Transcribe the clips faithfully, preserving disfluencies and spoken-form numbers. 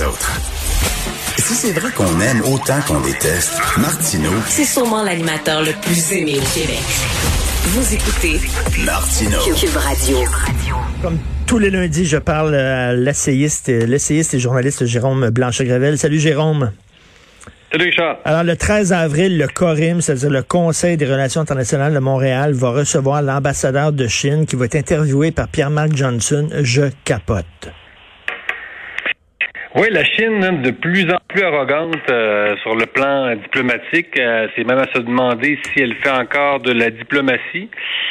les autres. Si c'est vrai qu'on aime autant qu'on déteste, Martineau, c'est sûrement l'animateur le plus aimé au Québec. Vous écoutez Martineau. Cube Radio. Comme tous les lundis, je parle à l'essayiste, l'essayiste et journaliste Jérôme Blanchet-Gravel. Salut Jérôme. Salut Richard. Alors, le treize avril, le CORIM, c'est-à-dire le Conseil des relations internationales de Montréal, va recevoir l'ambassadeur de Chine qui va être interviewé par Pierre-Marc Johnson. Je capote. Oui, la Chine, de plus en plus arrogante euh, sur le plan diplomatique, euh, c'est même à se demander si elle fait encore de la diplomatie.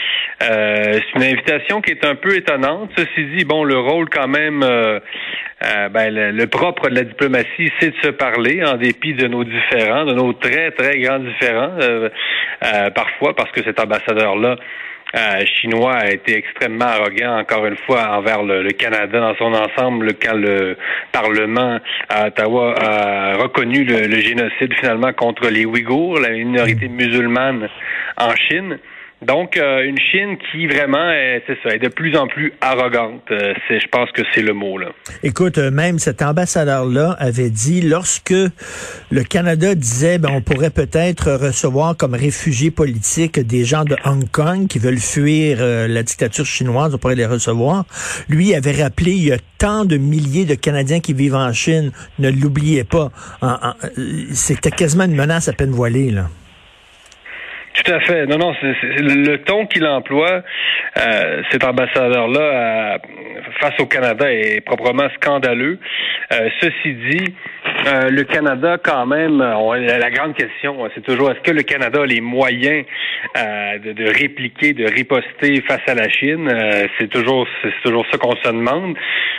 Euh, c'est une invitation qui est un peu étonnante. Ceci dit, bon, le rôle quand même, euh, euh, ben, le, le propre de la diplomatie, c'est de se parler en dépit de nos différends, de nos très, très grands différends, euh, euh, parfois, parce que cet ambassadeur-là, Euh, chinois a été extrêmement arrogant, encore une fois, envers le, le Canada dans son ensemble, quand le Parlement à Ottawa a reconnu le, le génocide finalement contre les Ouïghours, la minorité musulmane en Chine. Donc, euh, une Chine qui vraiment, est, c'est ça, est de plus en plus arrogante. Euh, c'est, je pense que c'est le mot, là. Écoute, euh, même cet ambassadeur-là avait dit, lorsque le Canada disait, ben, on pourrait peut-être recevoir comme réfugiés politiques des gens de Hong Kong qui veulent fuir euh, la dictature chinoise, on pourrait les recevoir. Lui avait rappelé, il y a tant de milliers de Canadiens qui vivent en Chine, ne l'oubliez pas. En, en, c'était quasiment une menace à peine voilée, là. Tout à fait. Non, non, c'est, c'est le ton qu'il emploie, euh, cet ambassadeur-là, euh, face au Canada est proprement scandaleux. Euh, ceci dit, euh, le Canada, quand même, on, la grande question, c'est toujours, est-ce que le Canada a les moyens euh, de, de répliquer, de riposter face à la Chine? Euh, c'est toujours, c'est toujours ça qu'on se demande.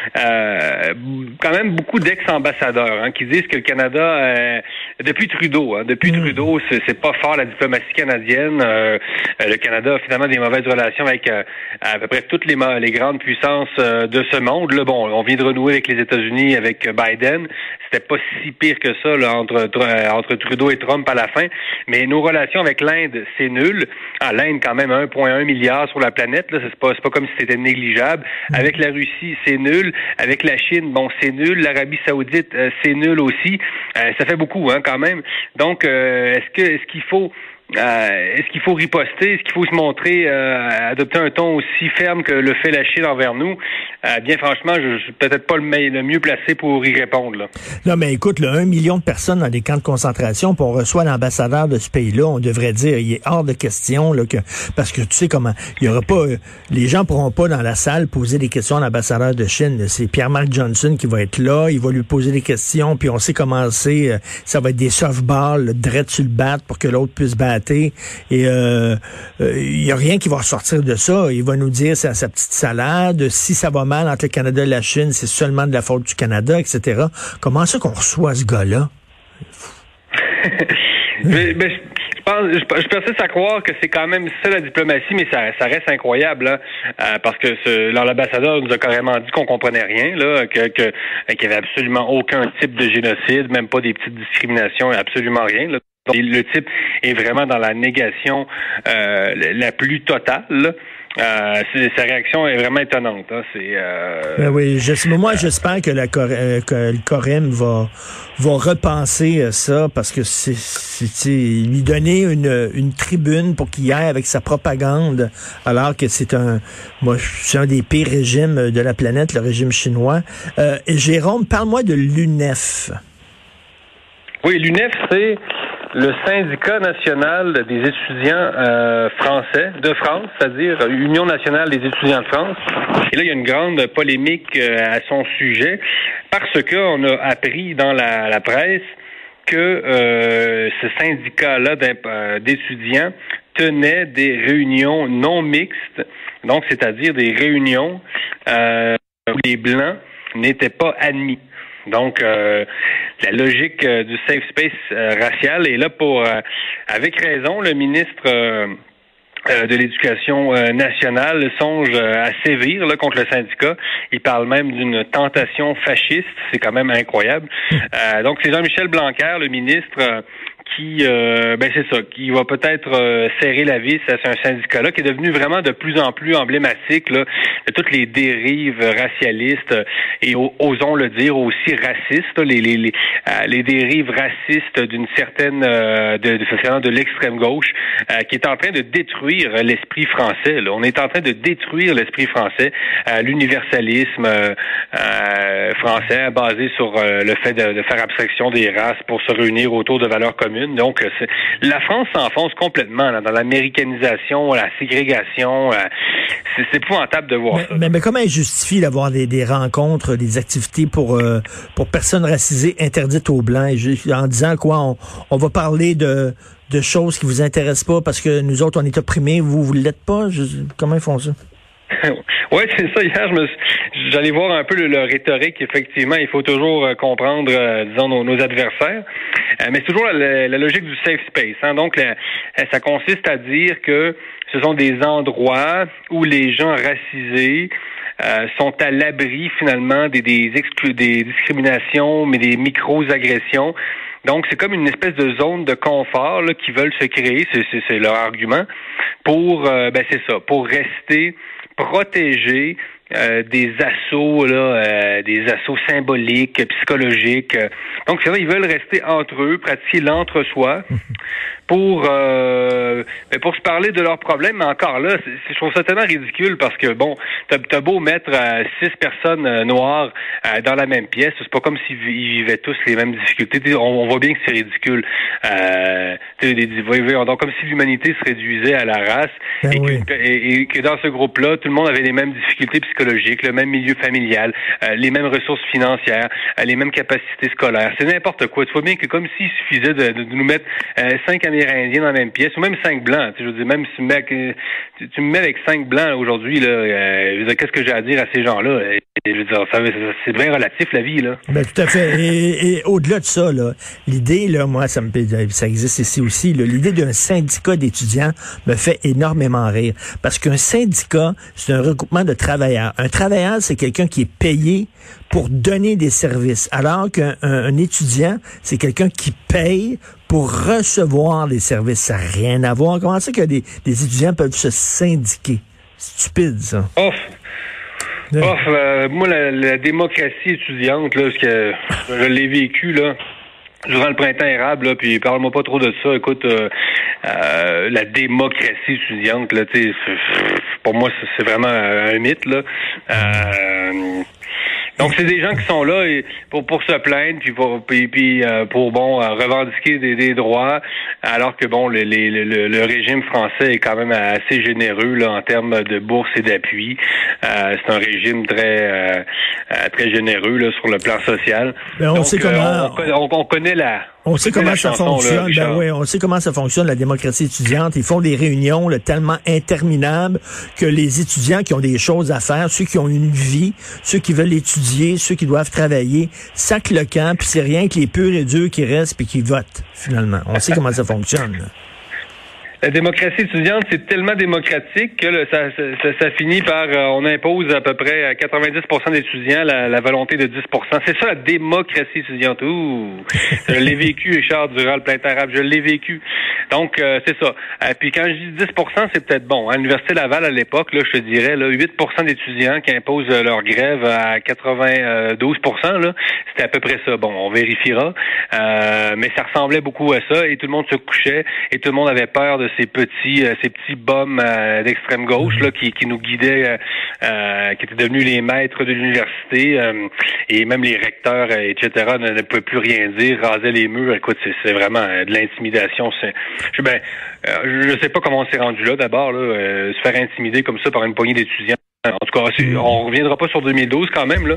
Euh, quand même beaucoup d'ex-ambassadeurs hein, qui disent que le Canada, euh, depuis Trudeau, hein, depuis mmh. Trudeau, c'est, c'est pas fort la diplomatie canadienne. Euh, le Canada a finalement des mauvaises relations avec euh, à peu près toutes les, les grandes puissances euh, de ce monde. Là, bon, on vient de renouer avec les États-Unis, avec Biden. C'était pas si pire que ça là, entre, entre Trudeau et Trump à la fin. Mais nos relations avec l'Inde, c'est nul. Ah, l'Inde, quand même, un virgule un milliard sur la planète. Là, c'est pas, c'est pas comme si c'était négligeable. Mmh. Avec la Russie, c'est nul. Avec la Chine, bon, c'est nul. L'Arabie Saoudite, euh, c'est nul aussi. Euh, ça fait beaucoup, hein, quand même. Donc, euh, est-ce que, est-ce qu'il faut Euh, est-ce qu'il faut riposter? Est-ce qu'il faut se montrer, euh, adopter un ton aussi ferme que le fait la Chine envers nous? Euh, bien franchement, je, je suis peut-être pas le, me- le mieux placé pour y répondre. Là. Non, mais écoute, là, un million de personnes dans des camps de concentration, puis on reçoit l'ambassadeur de ce pays-là, on devrait dire, il est hors de question, là, que parce que tu sais comment, il y aura pas, euh, les gens pourront pas dans la salle poser des questions à l'ambassadeur de Chine. Là. C'est Pierre-Marc Johnson qui va être là, il va lui poser des questions, puis on sait comment c'est, euh, ça va être des softballs, là, direct sur le bat pour que l'autre puisse battre. Et il euh, euh, y a rien qui va ressortir de ça. Il va nous dire c'est à sa petite salade. Si ça va mal entre le Canada et la Chine, c'est seulement de la faute du Canada, et cetera. Comment ça qu'on reçoit ce gars-là? mais, mais, je pense, je, je persiste à croire que c'est quand même ça la diplomatie, mais ça, ça reste incroyable, hein, euh, parce que ce, l'ambassadeur nous a carrément dit qu'on comprenait rien, là, que, que qu'il y avait absolument aucun type de génocide, même pas des petites discriminations, absolument rien, là. Donc, le type est vraiment dans la négation euh, la plus totale. Là. Euh, c'est, sa réaction est vraiment étonnante. Hein. C'est, euh, ben oui, je, moi j'espère que, la, euh, que le CORIM va, va repenser ça parce que c'est, c'est, c'est lui donner une, une tribune pour qu'il aille avec sa propagande alors que c'est un moi c'est un des pires régimes de la planète, le régime chinois. Euh, Jérôme, parle-moi de l'U N E F. Oui, l'U N E F, c'est le syndicat national des étudiants euh, français de France, c'est-à-dire Union nationale des étudiants de France. Et là, il y a une grande polémique euh, à son sujet parce qu'on a appris dans la, la presse que euh, ce syndicat-là d'étudiants tenait des réunions non mixtes, donc c'est-à-dire des réunions euh, où les Blancs n'étaient pas admis. Donc, euh, la logique euh, du safe space euh, racial est là pour, euh, avec raison, le ministre euh, euh, de l'Éducation euh, nationale songe euh, à sévir là, contre le syndicat. Il parle même d'une tentation fasciste. C'est quand même incroyable. Euh, donc, c'est Jean-Michel Blanquer, le ministre, euh, qui, euh, ben c'est ça, qui va peut-être euh, serrer la vis à un syndicat-là qui est devenu vraiment de plus en plus emblématique là, de toutes les dérives racialistes et osons le dire aussi racistes, là, les, les, les, euh, les dérives racistes d'une certaine, euh, de, de, de l'extrême gauche euh, qui est en train de détruire l'esprit français. Là. On est en train de détruire l'esprit français, euh, l'universalisme euh, euh, français basé sur euh, le fait de, de faire abstraction des races pour se réunir autour de valeurs communes. Donc, c'est, la France s'enfonce complètement là, dans l'américanisation, la ségrégation. Euh, c'est, c'est épouvantable de voir mais, ça. Mais, mais comment elle justifie d'avoir des, des rencontres, des activités pour euh, pour personnes racisées interdites aux Blancs, en disant quoi, on, on va parler de de choses qui vous intéressent pas parce que nous autres, on est opprimés, vous, vous l'êtes pas? Je, comment ils font ça? Oui, c'est ça. Hier, je me suis, j'allais voir un peu le, le rhétorique. Effectivement, il faut toujours euh, comprendre, euh, disons, nos, nos adversaires. Euh, mais c'est toujours la, la logique du safe space. Hein. Donc, la, ça consiste à dire que ce sont des endroits où les gens racisés euh, sont à l'abri, finalement, des, des, exclu- des discriminations, mais des micro-agressions. Donc, c'est comme une espèce de zone de confort là, qu'ils veulent se créer, c'est, c'est, c'est leur argument, pour, euh, ben c'est ça, pour rester protégés euh, des assauts, là, euh, des assauts symboliques, psychologiques. Donc, c'est vrai, ils veulent rester entre eux, pratiquer l'entre-soi pour euh, pour se parler de leurs problèmes. Mais encore là, c'est, je trouve ça tellement ridicule parce que, bon, t'as, t'as beau mettre euh, six personnes euh, noires euh, dans la même pièce, c'est pas comme s'ils vivaient tous les mêmes difficultés. On, on voit bien que c'est ridicule. Euh, des, des, donc, comme si l'humanité se réduisait à la race ben et, oui. que, et, et que dans ce groupe-là, tout le monde avait les mêmes difficultés psychologiques, le même milieu familial, euh, les mêmes ressources financières, euh, les mêmes capacités scolaires. C'est n'importe quoi. Tu vois bien que comme s'il suffisait de, de, de nous mettre euh, cinq Amérindiens dans la même pièce, ou même cinq Blancs. Tu sais, je veux dire, même si tu me mets, tu, tu me mets avec cinq Blancs aujourd'hui, là, euh, je veux dire, qu'est-ce que j'ai à dire à ces gens-là? Et, je veux dire, ça, c'est bien relatif, la vie, là. Ben, tout à fait. Et, et au-delà de ça, là, l'idée, là, moi, ça me ça existe ici aussi, là, l'idée d'un syndicat d'étudiants me fait énormément rire. Parce qu'un syndicat, c'est un regroupement de travailleurs. Un travailleur, c'est quelqu'un qui est payé pour donner des services. Alors qu'un un, un étudiant, c'est quelqu'un qui paye pour recevoir des services. Ça n'a rien à voir. Comment ça que des, des étudiants peuvent se syndiquer? Stupide, ça. Off. Off, euh, moi, la, la démocratie étudiante, là, parce que je l'ai vécu, là, durant le printemps érable, là, puis parle-moi pas trop de ça. Écoute, euh, euh, la démocratie étudiante, là, tu sais, pour moi, c'est vraiment un mythe, là. Euh, Donc, c'est des gens qui sont là et pour pour se plaindre, puis pour, puis, puis, euh, pour bon, revendiquer des, des droits, alors que, bon, le, le, le, le régime français est quand même assez généreux là en termes de bourse et d'appui. Euh, c'est un régime très euh, très généreux là sur le plan social. Ben, on Donc, sait comment... euh, on, on, on connaît la... On sait comment ça chanson, fonctionne. Là, ben oui, on sait comment ça fonctionne, la démocratie étudiante. Ils font des réunions là, tellement interminables que les étudiants qui ont des choses à faire, ceux qui ont une vie, ceux qui veulent étudier, ceux qui doivent travailler, sacent le camp, puis c'est rien que les purs et durs qui restent puis qui votent, finalement. On sait comment ça fonctionne. Là. La démocratie étudiante, c'est tellement démocratique que là, ça, ça, ça finit par, euh, on impose à peu près à quatre-vingt-dix pour cent d'étudiants la, la volonté de dix pour cent. C'est ça la démocratie étudiante. Ouh, je l'ai vécu, Richard, durant le printemps arabe, je l'ai vécu. Donc, euh, c'est ça. Euh, puis quand je dis dix pour cent, c'est peut-être bon. À l'Université Laval, à l'époque, là, je te dirais, là, huit pour cent d'étudiants qui imposent leur grève à quatre-vingt-douze pour cent, là, c'était à peu près ça. Bon, on vérifiera. Euh, mais ça ressemblait beaucoup à ça et tout le monde se couchait et tout le monde avait peur de ces petits euh, ces petits bums euh, d'extrême gauche là qui, qui nous guidaient, euh, euh, qui étaient devenus les maîtres de l'université euh, et même les recteurs, euh, et cetera ne, ne pouvaient plus rien dire, rasaient les murs. Écoute, c'est, c'est vraiment euh, de l'intimidation. C'est, je, ben, euh, je sais pas comment on s'est rendu là d'abord, là, euh, se faire intimider comme ça par une poignée d'étudiants. En tout cas, on reviendra pas sur deux mille douze quand même, là.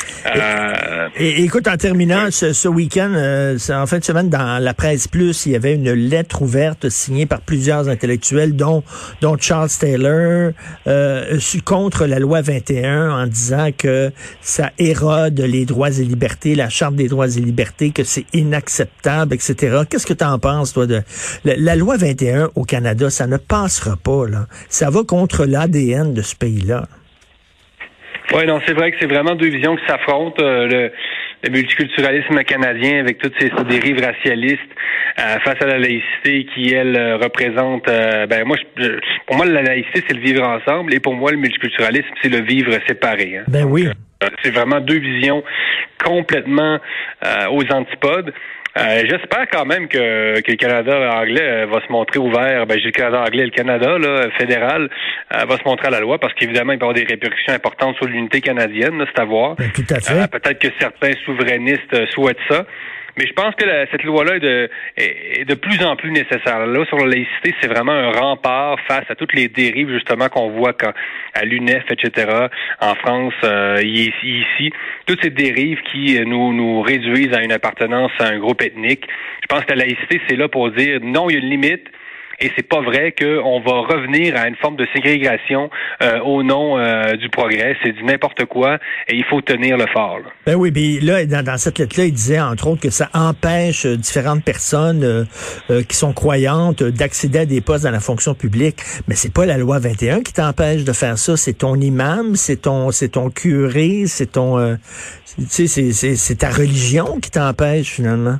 Euh... Et, et écoute, en terminant, ce, ce week-end, euh, en fin de semaine, dans la Presse Plus, il y avait une lettre ouverte signée par plusieurs intellectuels, dont, dont Charles Taylor, euh, contre la loi vingt et un, en disant que ça érode les droits et libertés, la Charte des droits et libertés, que c'est inacceptable, et cetera. Qu'est-ce que tu en penses, toi, de la, la loi vingt et un au Canada? Ça ne passera pas, là. Ça va contre l'A D N de ce pays-là. Oui, non, c'est vrai que c'est vraiment deux visions qui s'affrontent. Euh, le, le multiculturalisme canadien avec toutes ces, ces dérives racialistes euh, face à la laïcité qui, elle, euh, représente... Euh, ben moi, je, pour moi, la laïcité, c'est le vivre ensemble, et pour moi, le multiculturalisme, c'est le vivre séparé. Hein. Ben oui. Donc, euh, c'est vraiment deux visions complètement euh, aux antipodes. Euh, j'espère quand même que, que le Canada anglais euh, va se montrer ouvert. Ben, j'ai le Canada anglais et le Canada là, fédéral euh, va se montrer à la loi, parce qu'évidemment, il peut y avoir des répercussions importantes sur l'unité canadienne, là, c'est à voir. Ben, tout à fait. Euh, peut-être que certains souverainistes euh, souhaitent ça. Mais je pense que la, cette loi-là est de, est, est de plus en plus nécessaire. Là, sur la laïcité, c'est vraiment un rempart face à toutes les dérives, justement, qu'on voit quand, à l'U N E F, et cetera, en France, euh, ici, ici. Toutes ces dérives qui nous, nous réduisent à une appartenance à un groupe ethnique. Je pense que la laïcité, c'est là pour dire non, il y a une limite. Et c'est pas vrai qu'on va revenir à une forme de ségrégation euh, au nom euh, du progrès. C'est du n'importe quoi, et il faut tenir le fort. Là. Ben oui, puis là, dans, dans cette lettre-là, il disait, entre autres, que ça empêche euh, différentes personnes euh, euh, qui sont croyantes euh, d'accéder à des postes dans la fonction publique. Mais c'est pas la loi vingt et un qui t'empêche de faire ça. C'est ton imam, c'est ton c'est ton curé, c'est ton... Euh, tu sais, c'est, c'est, c'est ta religion qui t'empêche, finalement.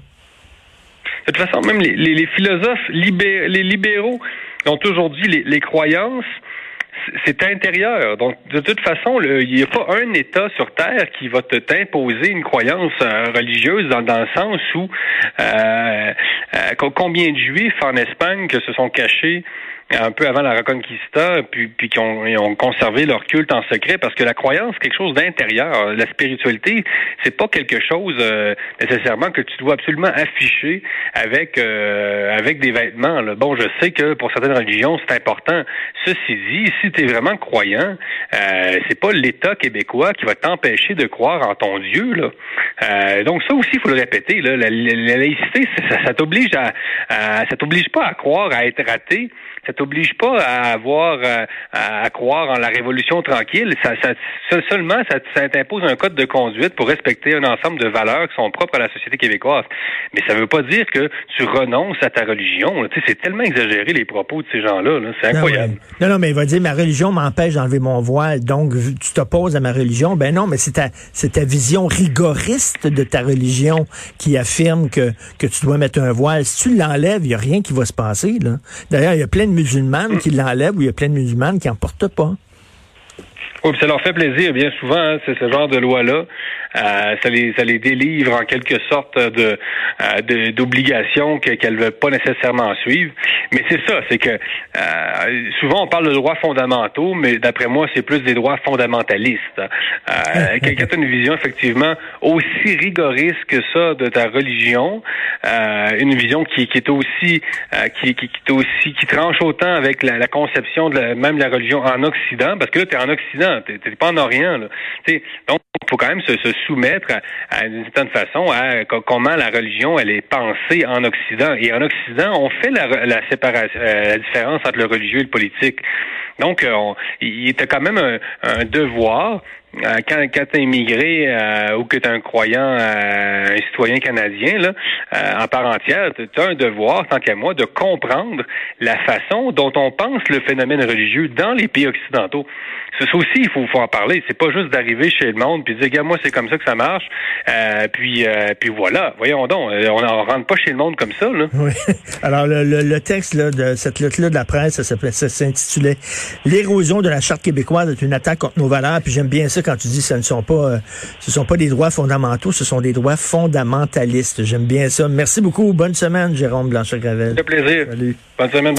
De toute façon, même les, les, les philosophes, libé, les libéraux ont aujourd'hui les, les croyances, c'est intérieur. Donc, de toute façon, le, il n'y a pas un État sur Terre qui va te t'imposer une croyance euh, religieuse dans, dans le sens où euh, euh, combien de Juifs en Espagne que se sont cachés un peu avant la Reconquista, puis, puis qui ont, ils ont conservé leur culte en secret, parce que la croyance, c'est quelque chose d'intérieur. La spiritualité, c'est pas quelque chose euh, nécessairement que tu dois absolument afficher avec euh, avec des vêtements. Là. Bon, je sais que pour certaines religions, c'est important. Ceci dit, si tu es vraiment croyant, euh, c'est pas l'État québécois qui va t'empêcher de croire en ton Dieu. Là. Euh, donc ça aussi, il faut le répéter. Là, la, la, la laïcité, ça, ça t'oblige à, à ça t'oblige pas à croire, à être athée. Ça t'oblige pas à avoir à, à croire en la révolution tranquille. Ça, ça seulement ça, ça t'impose un code de conduite pour respecter un ensemble de valeurs qui sont propres à la société québécoise. Mais ça veut pas dire que tu renonces à ta religion. Tu sais, c'est tellement exagéré les propos de ces gens-là. Là. C'est incroyable. Non, ouais. non, non, mais il va dire ma religion m'empêche d'enlever mon voile, donc tu t'opposes à ma religion. Ben non, mais c'est ta c'est ta vision rigoriste de ta religion qui affirme que que tu dois mettre un voile. Si tu l'enlèves, il y a rien qui va se passer. Là. D'ailleurs, il y a plein de musulmanes qui l'enlèvent, ou il y a plein de musulmanes qui n'en portent pas. Oui, puis ça leur fait plaisir, bien souvent, hein, c'est ce genre de loi-là. Euh, ça les ça les délivre en quelque sorte de, euh, de d'obligations que, qu'elles ne veulent pas nécessairement suivre. Mais c'est ça, c'est que euh, souvent on parle de droits fondamentaux, mais d'après moi, c'est plus des droits fondamentalistes. Euh, quand tu as une vision effectivement aussi rigoriste que ça de ta religion, euh, une vision qui, qui est aussi euh, qui, qui, qui est aussi qui tranche autant avec la, la conception de la, même de la religion en Occident, parce que là, tu es en Occident, tu n'es pas en Orient. Là. T'sais, donc, il faut quand même se, se soumettre à, à une certaine façon à, à comment la religion elle est pensée en Occident. Et en Occident, on fait la, la séparation, euh, la différence entre le religieux et le politique. Donc, euh, on, il était quand même un, un devoir. Euh, quand quand tu es immigré euh, ou que tu es un croyant, euh, un citoyen canadien, là, euh, en part entière, tu as un devoir, tant qu'à moi, de comprendre la façon dont on pense le phénomène religieux dans les pays occidentaux. Ça aussi, il faut, faut en parler. C'est pas juste d'arriver chez le monde puis de dire, gars, moi, c'est comme ça que ça marche. Euh, puis, euh, puis voilà. Voyons donc. On ne rentre pas chez le monde comme ça, là. Oui. Alors, le, le, le texte là, de cette lettre-là de la presse, ça, s'appelait, ça s'intitulait « L'érosion de la Charte québécoise est une attaque contre nos valeurs ». Puis j'aime bien ça quand tu dis que ce ne sont pas, euh, ce sont pas des droits fondamentaux, ce sont des droits fondamentalistes. J'aime bien ça. Merci beaucoup. Bonne semaine, Jérôme Blanchet-Gravel. Ça fait plaisir. Salut. Bonne semaine.